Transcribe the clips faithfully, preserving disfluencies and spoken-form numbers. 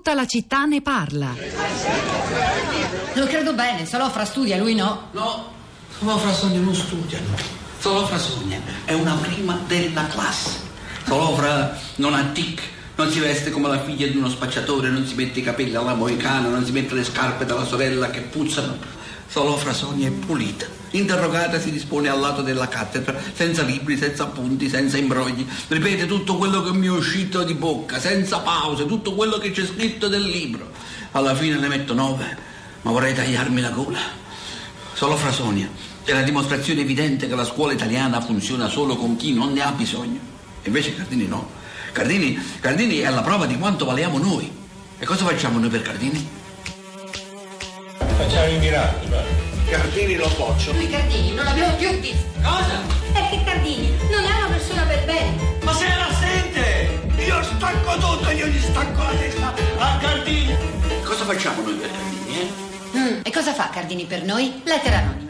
Tutta la città ne parla. Lo credo bene, Solofra studia, lui no. No, Solofra Sonia non studia, no. Solofra Sonia è una prima della classe. Solofra non ha tic, non si veste come la figlia di uno spacciatore, non si mette i capelli alla moicana, non si mette le scarpe della sorella che puzzano. Solofra Sonia è pulita. Interrogata si dispone al lato della cattedra, senza libri, senza appunti, senza imbrogli. Ripete tutto quello che mi è uscito di bocca, senza pause, tutto quello che c'è scritto nel libro. Alla fine le metto nove, ma vorrei tagliarmi la gola. Solofra Sonia è la dimostrazione evidente che la scuola italiana funziona solo con chi non ne ha bisogno. Invece Cardini no. Cardini, Cardini è la prova di quanto valiamo noi. E cosa facciamo noi per Cardini? Facciamo i miracoli, va. Cardini lo boccio. Noi Cardini non l'abbiamo più visto. Cosa? È che Cardini non è una persona per bene. Ma se la sente! Io stacco tutto, io gli stacco la testa a Cardini. Cosa facciamo noi per Cardini, eh? Mm, e cosa fa Cardini per noi? Lettere anonime.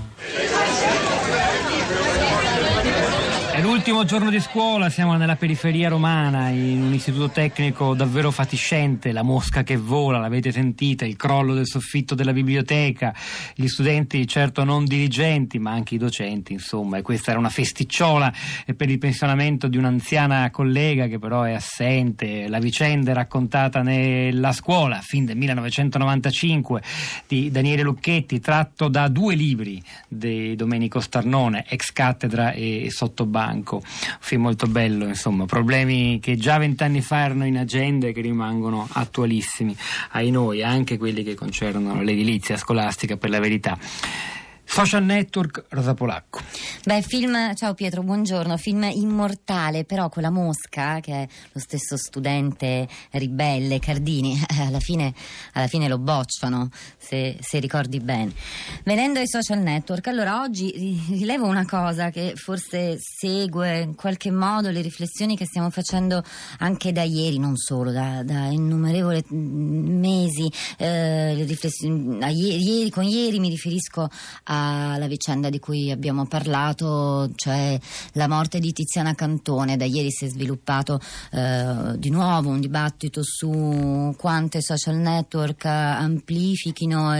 È l'ultimo giorno di scuola, siamo nella periferia romana, in un istituto tecnico davvero fatiscente, la mosca che vola, l'avete sentita, il crollo del soffitto della biblioteca, gli studenti certo non diligenti, ma anche i docenti, insomma, e questa era una festicciola per il pensionamento di un'anziana collega che però è assente. La vicenda è raccontata nella scuola, film del millenovecentonovantacinque di Daniele Lucchetti, tratto da due libri di Domenico Starnone, Ex cattedra e Sottobanco. Un film molto bello, insomma, problemi che già vent'anni fa erano in agenda e che rimangono attualissimi ai noi, anche quelli che concernono l'edilizia scolastica, per la verità. Social Network, Rosa Polacco. Beh, film, ciao Pietro, buongiorno, film immortale, però con la mosca, che è lo stesso studente ribelle, Cardini, alla fine, alla fine lo bocciano, se, se ricordi bene. Venendo ai social network, allora oggi rilevo una cosa che forse segue in qualche modo le riflessioni che stiamo facendo anche da ieri, non solo, da, da innumerevoli mesi, eh, le riflessioni, a ieri, ieri, con ieri mi riferisco a la vicenda di cui abbiamo parlato, cioè la morte di Tiziana Cantone. Da ieri si è sviluppato eh, di nuovo un dibattito su quanto i social network amplifichino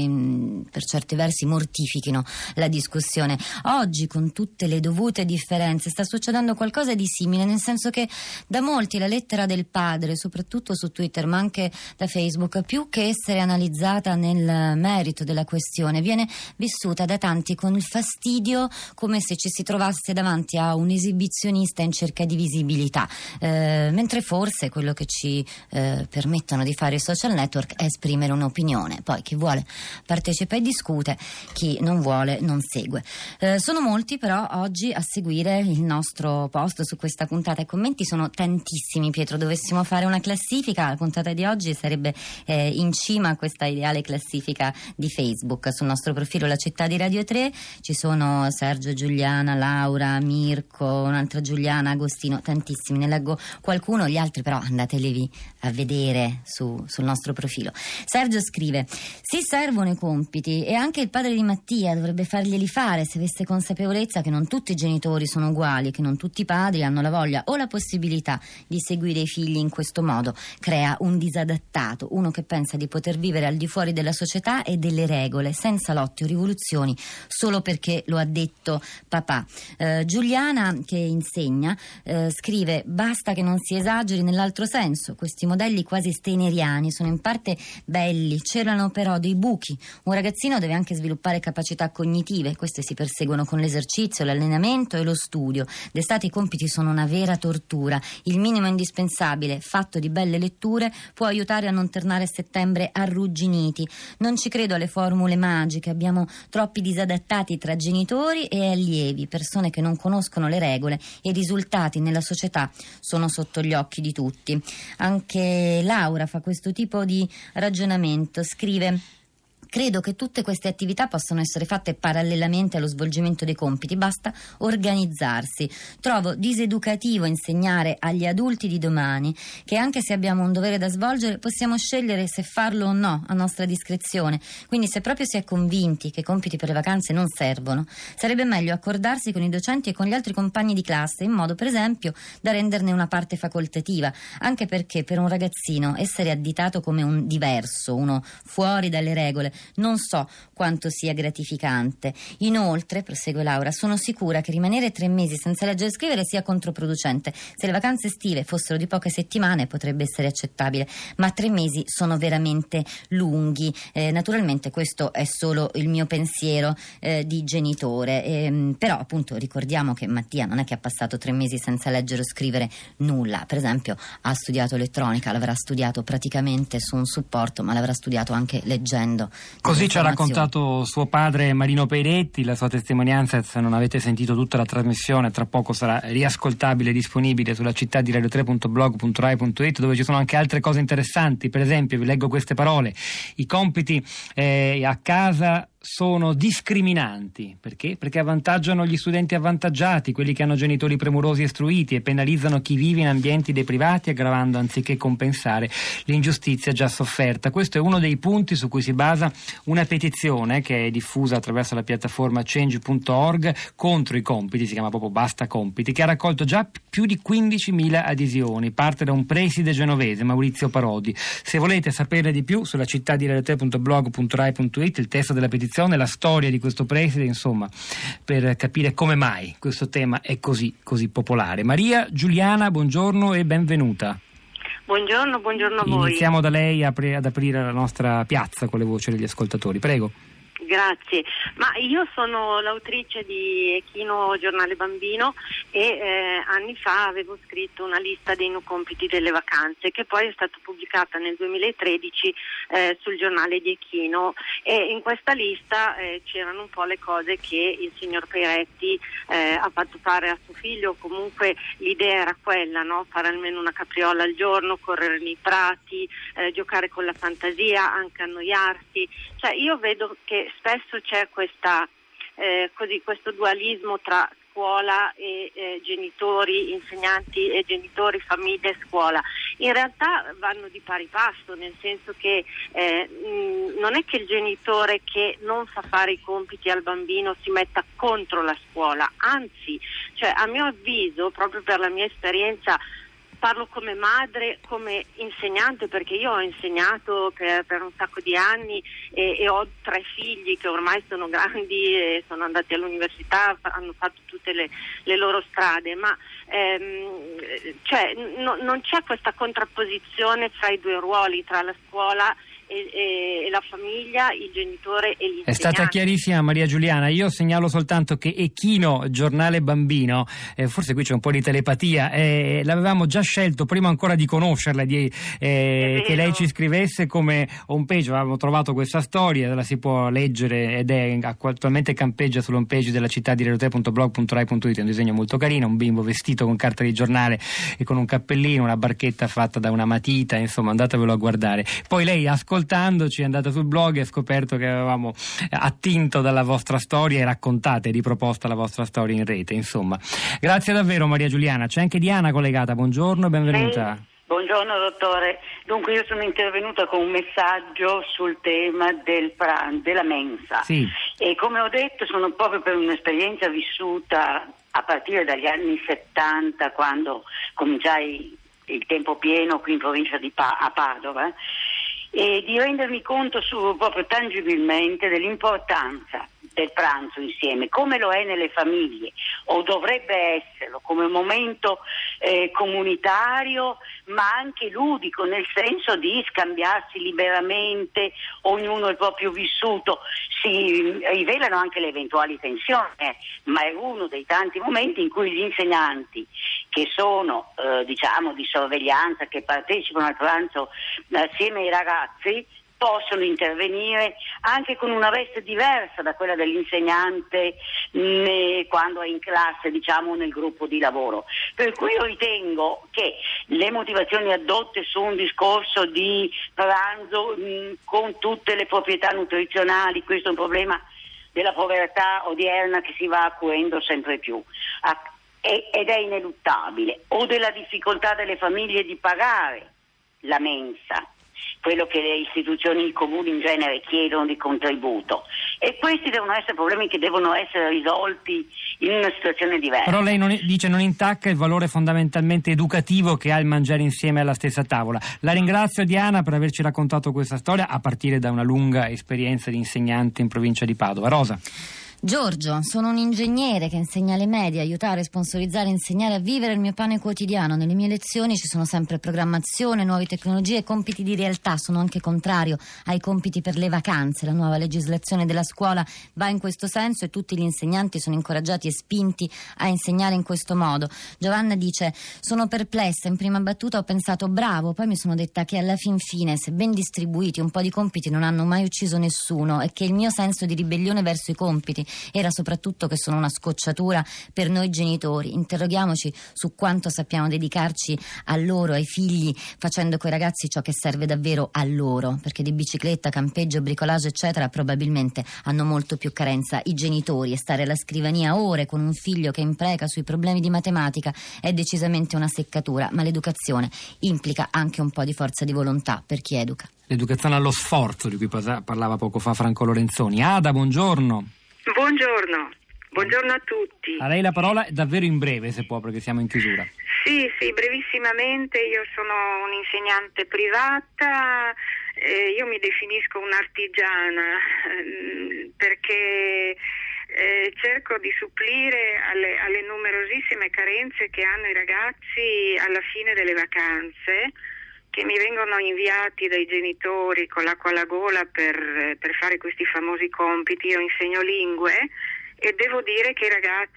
e per certi versi mortifichino la discussione. Oggi, con tutte le dovute differenze, sta succedendo qualcosa di simile, nel senso che da molti la lettera del padre, soprattutto su Twitter ma anche da Facebook, più che essere analizzata nel merito della questione, viene vissuta da tanti con il fastidio, come se ci si trovasse davanti a un esibizionista in cerca di visibilità, eh, mentre forse quello che ci eh, permettono di fare i social network è esprimere un'opinione. Poi chi vuole partecipa e discute, chi non vuole non segue. Eh, sono molti però oggi a seguire il nostro post su questa puntata. I commenti sono tantissimi, Pietro. Dovessimo fare una classifica, la puntata di oggi sarebbe eh, in cima a questa ideale classifica di Facebook. Sul nostro profilo La Città di Radio tre ci sono Sergio, Giuliana, Laura, Mirko, un'altra Giuliana, Agostino, tantissimi. Ne leggo qualcuno, gli altri però andateli a vedere su, sul nostro profilo. Sergio scrive: si servono i compiti e anche il padre di Mattia dovrebbe farglieli fare se avesse consapevolezza che non tutti i genitori sono uguali, che non tutti i padri hanno la voglia o la possibilità di seguire i figli in questo modo. Crea un disadattato, uno che pensa di poter vivere al di fuori della società e delle regole, senza lotti o rivoluzioni, solo perché lo ha detto papà. Eh, Giuliana, che insegna, eh, scrive: basta che non si esageri nell'altro senso. Questi modelli quasi steineriani sono in parte belli, c'erano però dei buchi. Un ragazzino deve anche sviluppare capacità cognitive, queste si perseguono con l'esercizio, l'allenamento e lo studio. D'estate i compiti sono una vera tortura. Il minimo indispensabile, fatto di belle letture, può aiutare a non tornare a settembre arrugginiti. Non ci credo alle formule magiche, abbiamo troppi disadattati tra genitori e allievi, persone che non conoscono le regole, e i risultati nella società sono sotto gli occhi di tutti. Anche Laura fa questo tipo di ragionamento, scrive: Credo che tutte queste attività possono essere fatte parallelamente allo svolgimento dei compiti, basta organizzarsi. Trovo diseducativo insegnare agli adulti di domani che anche se abbiamo un dovere da svolgere possiamo scegliere se farlo o no a nostra discrezione. Quindi se proprio si è convinti che i compiti per le vacanze non servono, sarebbe meglio accordarsi con i docenti e con gli altri compagni di classe in modo, per esempio, da renderne una parte facoltativa, anche perché per un ragazzino essere additato come un diverso, uno fuori dalle regole, non so quanto sia gratificante. Inoltre, prosegue Laura, sono sicura che rimanere tre mesi senza leggere e scrivere sia controproducente. Se le vacanze estive fossero di poche settimane potrebbe essere accettabile, ma tre mesi sono veramente lunghi. Eh, naturalmente questo è solo il mio pensiero eh, di genitore, eh, però appunto ricordiamo che Mattia non è che ha passato tre mesi senza leggere o scrivere nulla. Per esempio ha studiato elettronica, l'avrà studiato praticamente su un supporto, ma l'avrà studiato anche leggendo. Così ci ha raccontato suo padre Marino Peiretti, la sua testimonianza. Se non avete sentito tutta la trasmissione, tra poco sarà riascoltabile e disponibile sulla città di radio tre punto blog punto rai punto it, dove ci sono anche altre cose interessanti. Per esempio vi leggo queste parole: i compiti eh, a casa sono discriminanti. Perché? Perché avvantaggiano gli studenti avvantaggiati, quelli che hanno genitori premurosi e istruiti, e penalizzano chi vive in ambienti deprivati, aggravando anziché compensare l'ingiustizia già sofferta. Questo è uno dei punti su cui si basa una petizione che è diffusa attraverso la piattaforma change punto org contro i compiti, si chiama proprio Basta Compiti, che ha raccolto già più di quindicimila adesioni. Parte da un preside genovese, Maurizio Parodi. Se volete sapere di più, sulla città di radio tre punto blog punto rai punto it il testo della petizione, la storia di questo preside, insomma, per capire come mai questo tema è così così popolare. Maria Giuliana, buongiorno e benvenuta. Buongiorno, buongiorno a voi. Iniziamo da lei ad aprire la nostra piazza con le voci degli ascoltatori, prego. Grazie, ma io sono l'autrice di Echino Giornale Bambino e eh, anni fa avevo scritto una lista dei no compiti delle vacanze, che poi è stata pubblicata nel duemilatredici eh, sul giornale di Echino, e in questa lista eh, c'erano un po' le cose che il signor Peiretti eh, ha fatto fare a suo figlio. Comunque l'idea era quella, no? Fare almeno una capriola al giorno, correre nei prati, eh, giocare con la fantasia, anche annoiarsi. Cioè io vedo che spesso c'è questa, eh, così, questo dualismo tra scuola e eh, genitori, insegnanti e genitori, famiglia e scuola. In realtà vanno di pari passo, nel senso che eh, mh, non è che il genitore che non fa fare i compiti al bambino si metta contro la scuola, anzi, cioè, a mio avviso, proprio per la mia esperienza, parlo come madre, come insegnante, perché io ho insegnato per, per un sacco di anni e, e ho tre figli che ormai sono grandi e sono andati all'università, hanno fatto tutte le, le loro strade, ma ehm, cioè, no, non c'è questa contrapposizione tra i due ruoli, tra la scuola e, e la famiglia, il genitore e l'insegnante. È stata chiarissima Maria Giuliana. Io segnalo soltanto che Echino Giornale Bambino, eh, forse qui c'è un po' di telepatia, eh, l'avevamo già scelto prima ancora di conoscerla, di, eh, che lei ci scrivesse come home page. Avevamo trovato questa storia, la si può leggere ed è attualmente campeggia sull'home page della città di radio tre punto blog punto rai punto it. È un disegno molto carino, un bimbo vestito con carta di giornale e con un cappellino, una barchetta fatta da una matita, insomma andatevelo a guardare. Poi lei ascolta Ascoltandoci è andata sul blog e ha scoperto che avevamo attinto dalla vostra storia e raccontate e riproposta la vostra storia in rete, insomma. Grazie davvero Maria Giuliana. C'è anche Diana collegata, buongiorno e benvenuta. Hey, buongiorno dottore. Dunque io sono intervenuta con un messaggio sul tema del pran- della mensa. Sì. E come ho detto sono proprio per un'esperienza vissuta a partire dagli anni settanta, quando cominciai il tempo pieno qui in provincia di pa- a Padova, e di rendermi conto su, proprio tangibilmente dell'importanza del pranzo insieme, come lo è nelle famiglie, o dovrebbe esserlo, come momento eh, comunitario, ma anche ludico, nel senso di scambiarsi liberamente, ognuno il proprio vissuto. Si rivelano anche le eventuali tensioni, eh, ma è uno dei tanti momenti in cui gli insegnanti, che sono eh, diciamo di sorveglianza, che partecipano al pranzo assieme ai ragazzi, possono intervenire anche con una veste diversa da quella dell'insegnante né, quando è in classe, diciamo, nel gruppo di lavoro. Per cui io ritengo che le motivazioni addotte su un discorso di pranzo mh, con tutte le proprietà nutrizionali, questo è un problema della povertà odierna che si va acuendo sempre più a, ed è ineluttabile, o della difficoltà delle famiglie di pagare la mensa, quello che le istituzioni, i comuni in genere chiedono di contributo, e questi devono essere problemi che devono essere risolti in una situazione diversa. Però lei non, dice non intacca il valore fondamentalmente educativo che ha il mangiare insieme alla stessa tavola. La ringrazio, Diana, per averci raccontato questa storia a partire da una lunga esperienza di insegnante in provincia di Padova. Rosa. Giorgio, sono un ingegnere che insegna alle medie, aiutare, sponsorizzare, insegnare a vivere il mio pane quotidiano. Nelle mie lezioni ci sono sempre programmazione, nuove tecnologie e compiti di realtà. Sono anche contrario ai compiti per le vacanze. La nuova legislazione della scuola va in questo senso e tutti gli insegnanti sono incoraggiati e spinti a insegnare in questo modo. Giovanna dice: sono perplessa, in prima battuta ho pensato bravo, poi mi sono detta che alla fin fine, se ben distribuiti, un po' di compiti non hanno mai ucciso nessuno e che il mio senso di ribellione verso i compiti era soprattutto che sono una scocciatura per noi genitori. Interroghiamoci su quanto sappiamo dedicarci a loro, ai figli, facendo coi ragazzi ciò che serve davvero a loro, perché di bicicletta, campeggio, bricolage eccetera probabilmente hanno molto più carenza i genitori, e stare alla scrivania ore con un figlio che impreca sui problemi di matematica è decisamente una seccatura, ma l'educazione implica anche un po' di forza di volontà per chi educa. L'educazione allo sforzo di cui parlava poco fa Franco Lorenzoni. Ada, buongiorno. Buongiorno, buongiorno a tutti. A lei la parola, davvero in breve se può, perché siamo in chiusura. Sì, sì, brevissimamente. Io sono un'insegnante privata, eh, io mi definisco un'artigiana eh, perché eh, cerco di supplire alle, alle numerosissime carenze che hanno i ragazzi alla fine delle vacanze, che mi vengono inviati dai genitori con l'acqua alla gola per, per fare questi famosi compiti. Io insegno lingue e devo dire che i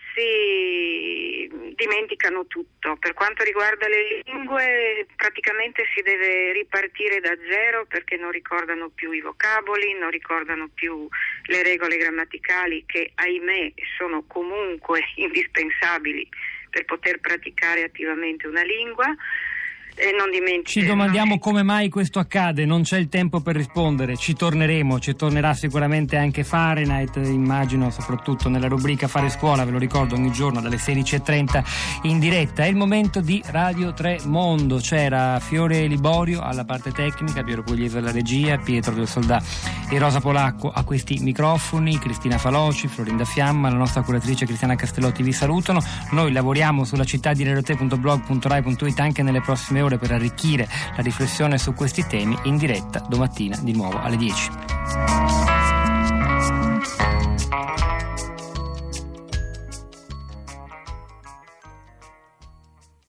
ragazzi dimenticano tutto. Per quanto riguarda le lingue, praticamente si deve ripartire da zero, perché non ricordano più i vocaboli, non ricordano più le regole grammaticali che, ahimè, sono comunque indispensabili per poter praticare attivamente una lingua. E non dimentichi, ci domandiamo non... come mai questo accade. Non c'è il tempo per rispondere, ci torneremo, ci tornerà sicuramente anche Fahrenheit, immagino, soprattutto nella rubrica Fare Scuola, ve lo ricordo, ogni giorno dalle sedici e trenta in diretta. È il momento di Radio tre Mondo. C'era Fiore Liborio alla parte tecnica, Piero Pugliese alla regia, Pietro del Soldà e Rosa Polacco a questi microfoni, Cristina Faloci, Florinda Fiamma, la nostra curatrice Cristiana Castellotti vi salutano. Noi lavoriamo sulla città di radio tre punto blog punto rai punto it anche nelle prossime ore per arricchire la riflessione su questi temi, in diretta domattina di nuovo alle dieci.